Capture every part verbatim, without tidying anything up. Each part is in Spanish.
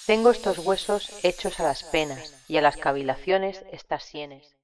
Tengo estos huesos hechos a las penas y a las cavilaciones estas sienes.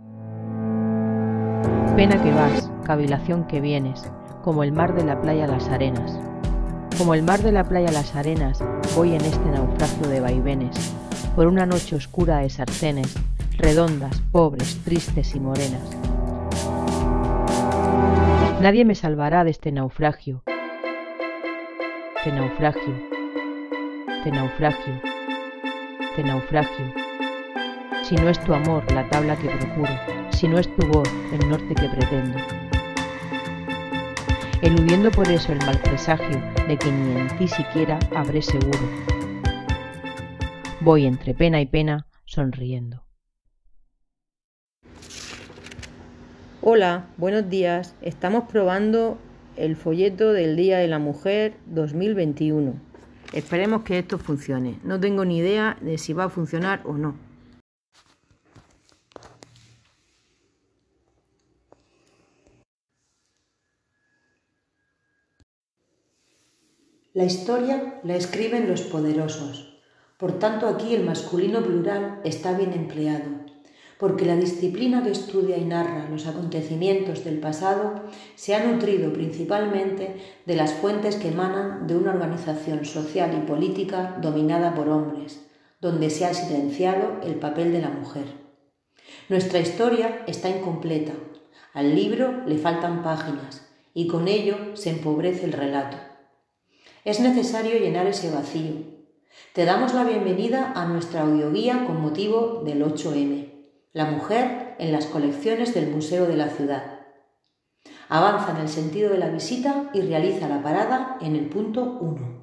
Pena que vas, cavilación que vienes, como el mar de la playa a las arenas. Como el mar de la playa a las arenas, voy en este naufragio de vaivenes, por una noche oscura de sartenes, redondas, pobres, tristes y morenas. Nadie me salvará de este naufragio, de naufragio, de naufragio, de naufragio. Si no es tu amor la tabla que procuro, si no es tu voz el norte que pretendo. Eludiendo por eso el mal presagio de que ni en ti siquiera habré seguro. Voy entre pena y pena sonriendo. Hola, buenos días. Estamos probando el folleto del Día de la Mujer dos mil veintiuno. Esperemos que esto funcione. No tengo ni idea de si va a funcionar o no. La historia la escriben los poderosos. Por tanto, aquí el masculino plural está bien empleado, porque la disciplina que estudia y narra los acontecimientos del pasado se ha nutrido principalmente de las fuentes que emanan de una organización social y política dominada por hombres, donde se ha silenciado el papel de la mujer. Nuestra historia está incompleta, al libro le faltan páginas y con ello se empobrece el relato. Es necesario llenar ese vacío. Te damos la bienvenida a nuestra audioguía con motivo del ocho eme, la mujer en las colecciones del Museo de la Ciudad. Avanza en el sentido de la visita y realiza la parada en el punto uno.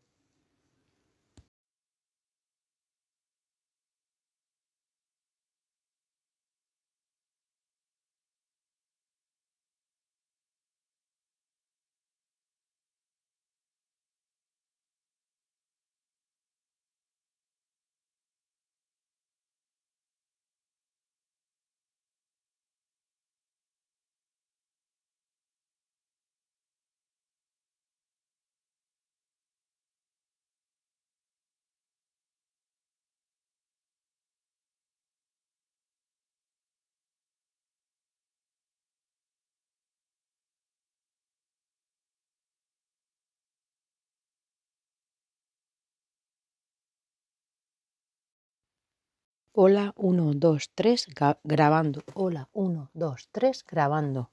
Hola, uno, dos, tres, grabando. Hola, uno, dos, tres, grabando.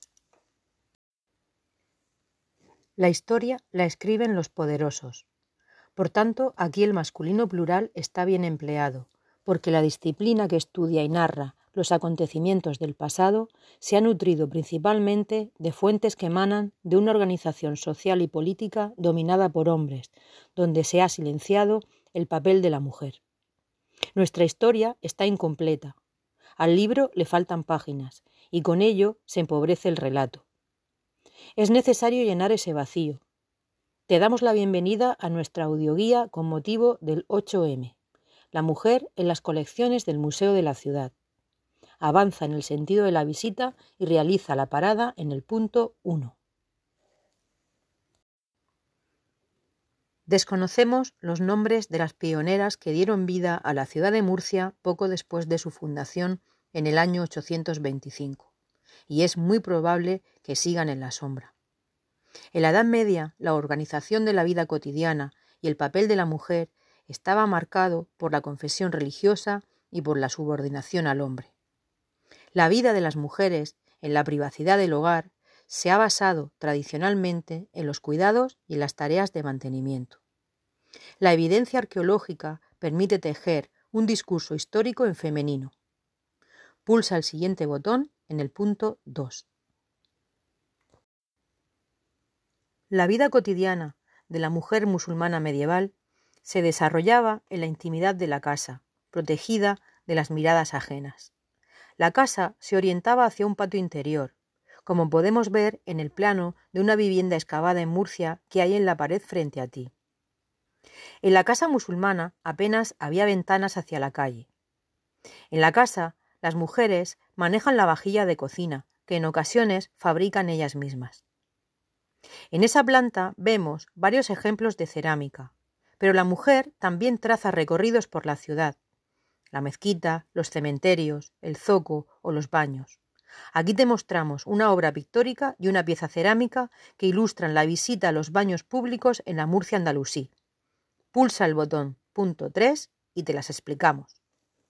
La historia la escriben los poderosos. Por tanto, aquí el masculino plural está bien empleado, porque la disciplina que estudia y narra los acontecimientos del pasado se ha nutrido principalmente de fuentes que emanan de una organización social y política dominada por hombres, donde se ha silenciado el papel de la mujer. Nuestra historia está incompleta. Al libro le faltan páginas, y con ello se empobrece el relato. Es necesario llenar ese vacío. Te damos la bienvenida a nuestra audioguía con motivo del ocho eme, la mujer en las colecciones del Museo de la Ciudad. Avanza en el sentido de la visita y realiza la parada en el punto uno. Desconocemos los nombres de las pioneras que dieron vida a la ciudad de Murcia poco después de su fundación en el año ochocientos veinticinco, y es muy probable que sigan en la sombra. En la Edad Media, la organización de la vida cotidiana y el papel de la mujer estaba marcado por la confesión religiosa y por la subordinación al hombre. La vida de las mujeres en la privacidad del hogar se ha basado tradicionalmente en los cuidados y en las tareas de mantenimiento. La evidencia arqueológica permite tejer un discurso histórico en femenino. Pulsa el siguiente botón en el punto dos. La vida cotidiana de la mujer musulmana medieval se desarrollaba en la intimidad de la casa, protegida de las miradas ajenas. La casa se orientaba hacia un patio interior, como podemos ver en el plano de una vivienda excavada en Murcia que hay en la pared frente a ti. En la casa musulmana apenas había ventanas hacia la calle. En la casa, las mujeres manejan la vajilla de cocina, que en ocasiones fabrican ellas mismas. En esa planta vemos varios ejemplos de cerámica, Pero la mujer también traza recorridos por la ciudad, la mezquita, los cementerios, el zoco o los baños. Aquí te mostramos una obra pictórica y una pieza cerámica que ilustran la visita a los baños públicos en la Murcia andalusí. Pulsa el botón punto tres y te las explicamos.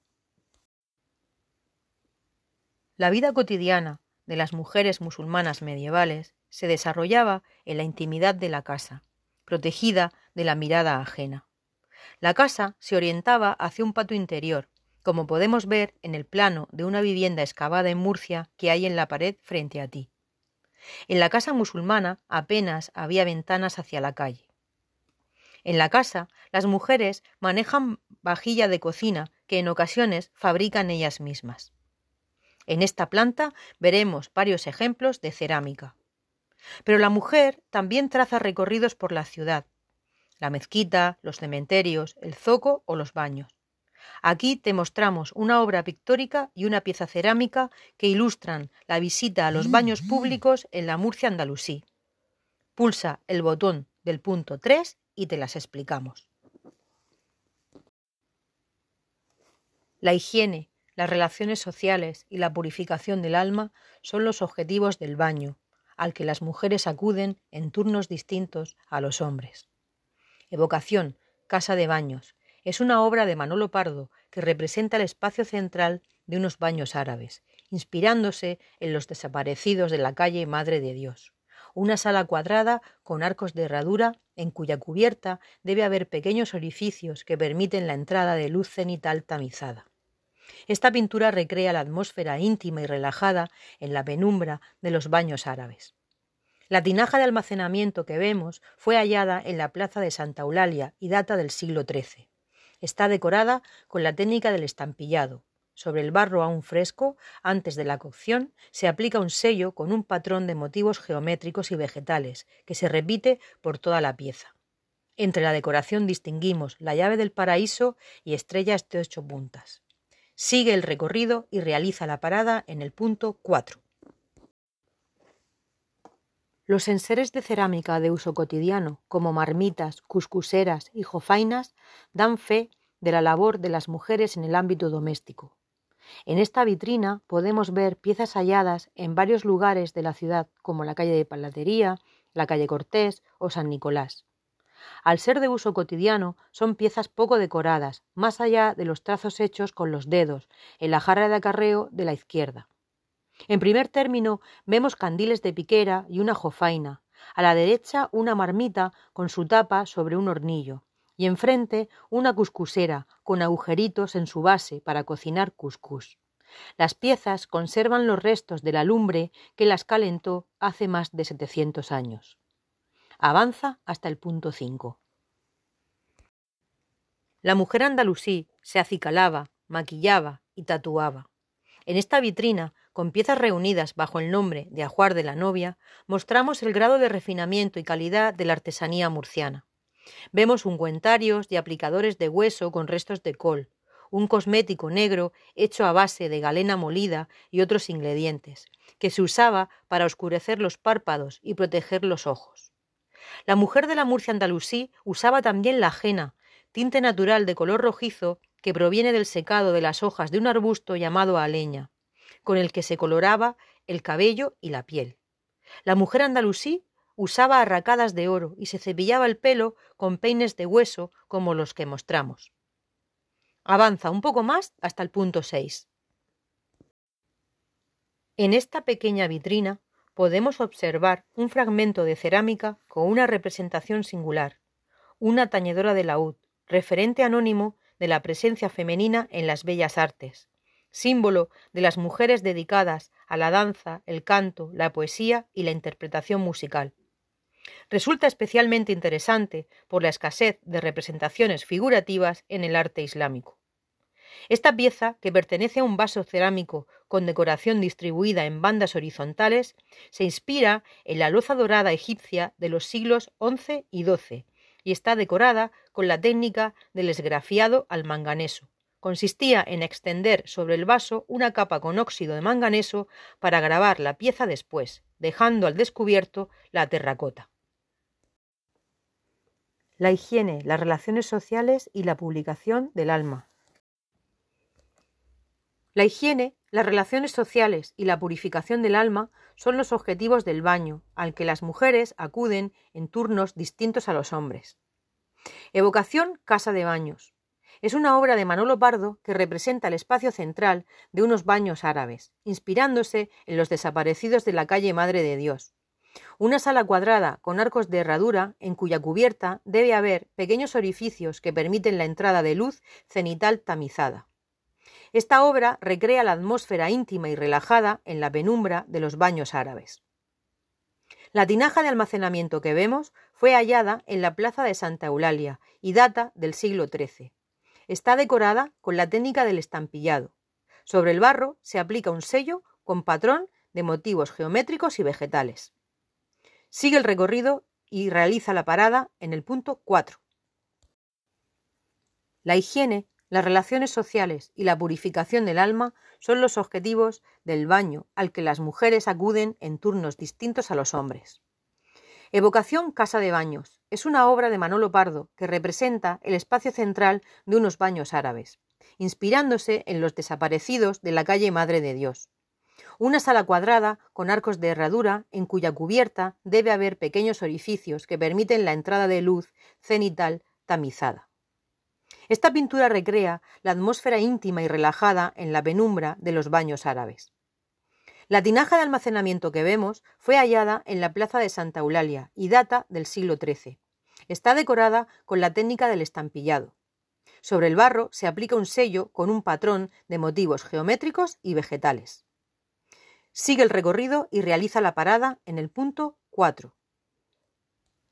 La vida cotidiana de las mujeres musulmanas medievales se desarrollaba en la intimidad de la casa, protegida de la mirada ajena. La casa se orientaba hacia un patio interior, como podemos ver en el plano de una vivienda excavada en Murcia que hay en la pared frente a ti. En la casa musulmana apenas había ventanas hacia la calle. En la casa, las mujeres manejan vajilla de cocina que en ocasiones fabrican ellas mismas. En esta planta veremos varios ejemplos de cerámica. Pero la mujer también traza recorridos por la ciudad, la mezquita, los cementerios, el zoco o los baños. Aquí te mostramos una obra pictórica y una pieza cerámica que ilustran la visita a los baños públicos en la Murcia andalusí. Pulsa el botón del punto tres y te las explicamos. La higiene, las relaciones sociales y la purificación del alma son los objetivos del baño, al que las mujeres acuden en turnos distintos a los hombres. Evocación, Casa de Baños, es una obra de Manolo Pardo que representa el espacio central de unos baños árabes, inspirándose en los desaparecidos de la calle Madre de Dios. Una sala cuadrada con arcos de herradura en cuya cubierta debe haber pequeños orificios que permiten la entrada de luz cenital tamizada. Esta pintura recrea la atmósfera íntima y relajada en la penumbra de los baños árabes. La tinaja de almacenamiento que vemos fue hallada en la plaza de Santa Eulalia y data del siglo trece. Está decorada con la técnica del estampillado. Sobre el barro aún fresco, antes de la cocción, se aplica un sello con un patrón de motivos geométricos y vegetales, que se repite por toda la pieza. Entre la decoración distinguimos la llave del paraíso y estrellas de ocho puntas. Sigue el recorrido y realiza la parada en el punto cuatro. Los enseres de cerámica de uso cotidiano, como marmitas, cuscuseras y jofainas, dan fe de la labor de las mujeres en el ámbito doméstico. En esta vitrina podemos ver piezas halladas en varios lugares de la ciudad, como la calle de Palatería, la calle Cortés o San Nicolás. Al ser de uso cotidiano, son piezas poco decoradas, más allá de los trazos hechos con los dedos, en la jarra de acarreo de la izquierda. En primer término, vemos candiles de piquera y una jofaina. A la derecha, una marmita con su tapa sobre un hornillo. Y enfrente, una cuscusera con agujeritos en su base para cocinar cuscús. Las piezas conservan los restos de la lumbre que las calentó hace más de setecientos años. Avanza hasta el punto cinco. La mujer andalusí se acicalaba, maquillaba y tatuaba. En esta vitrina, con piezas reunidas bajo el nombre de ajuar de la novia, mostramos el grado de refinamiento y calidad de la artesanía murciana. Vemos ungüentarios y aplicadores de hueso con restos de col, un cosmético negro hecho a base de galena molida y otros ingredientes, que se usaba para oscurecer los párpados y proteger los ojos. La mujer de la Murcia andalusí usaba también la ajena, tinte natural de color rojizo que proviene del secado de las hojas de un arbusto llamado aleña, con el que se coloraba el cabello y la piel. La mujer andalusí usaba arracadas de oro y se cepillaba el pelo con peines de hueso como los que mostramos. Avanza un poco más hasta el punto seis. En esta pequeña vitrina podemos observar un fragmento de cerámica con una representación singular, una tañedora de laúd, referente anónimo de la presencia femenina en las bellas artes, símbolo de las mujeres dedicadas a la danza, el canto, la poesía y la interpretación musical. Resulta especialmente interesante por la escasez de representaciones figurativas en el arte islámico. Esta pieza, que pertenece a un vaso cerámico con decoración distribuida en bandas horizontales, se inspira en la loza dorada egipcia de los siglos once y doce y está decorada con la técnica del esgrafiado al manganeso. Consistía en extender sobre el vaso una capa con óxido de manganeso para grabar la pieza después, dejando al descubierto la terracota. La higiene, las relaciones sociales y la publicación del alma. La higiene, las relaciones sociales y la purificación del alma son los objetivos del baño, al que las mujeres acuden en turnos distintos a los hombres. Evocación Casa de Baños. Es una obra de Manolo Pardo que representa el espacio central de unos baños árabes, inspirándose en los desaparecidos de la calle Madre de Dios. Una sala cuadrada con arcos de herradura en cuya cubierta debe haber pequeños orificios que permiten la entrada de luz cenital tamizada. Esta obra recrea la atmósfera íntima y relajada en la penumbra de los baños árabes. La tinaja de almacenamiento que vemos fue hallada en la plaza de Santa Eulalia y data del siglo trece. Está decorada con la técnica del estampillado. Sobre el barro se aplica un sello con patrón de motivos geométricos y vegetales. Sigue el recorrido y realiza la parada en el punto cuatro. La higiene, las relaciones sociales y la purificación del alma son los objetivos del baño al que las mujeres acuden en turnos distintos a los hombres. Evocación Casa de Baños es una obra de Manolo Pardo que representa el espacio central de unos baños árabes, inspirándose en los desaparecidos de la calle Madre de Dios. Una sala cuadrada con arcos de herradura en cuya cubierta debe haber pequeños orificios que permiten la entrada de luz cenital tamizada. Esta pintura recrea la atmósfera íntima y relajada en la penumbra de los baños árabes. La tinaja de almacenamiento que vemos fue hallada en la plaza de Santa Eulalia y data del siglo trece. Está decorada con la técnica del estampillado. Sobre el barro se aplica un sello con un patrón de motivos geométricos y vegetales. Sigue el recorrido y realiza la parada en el punto cuatro.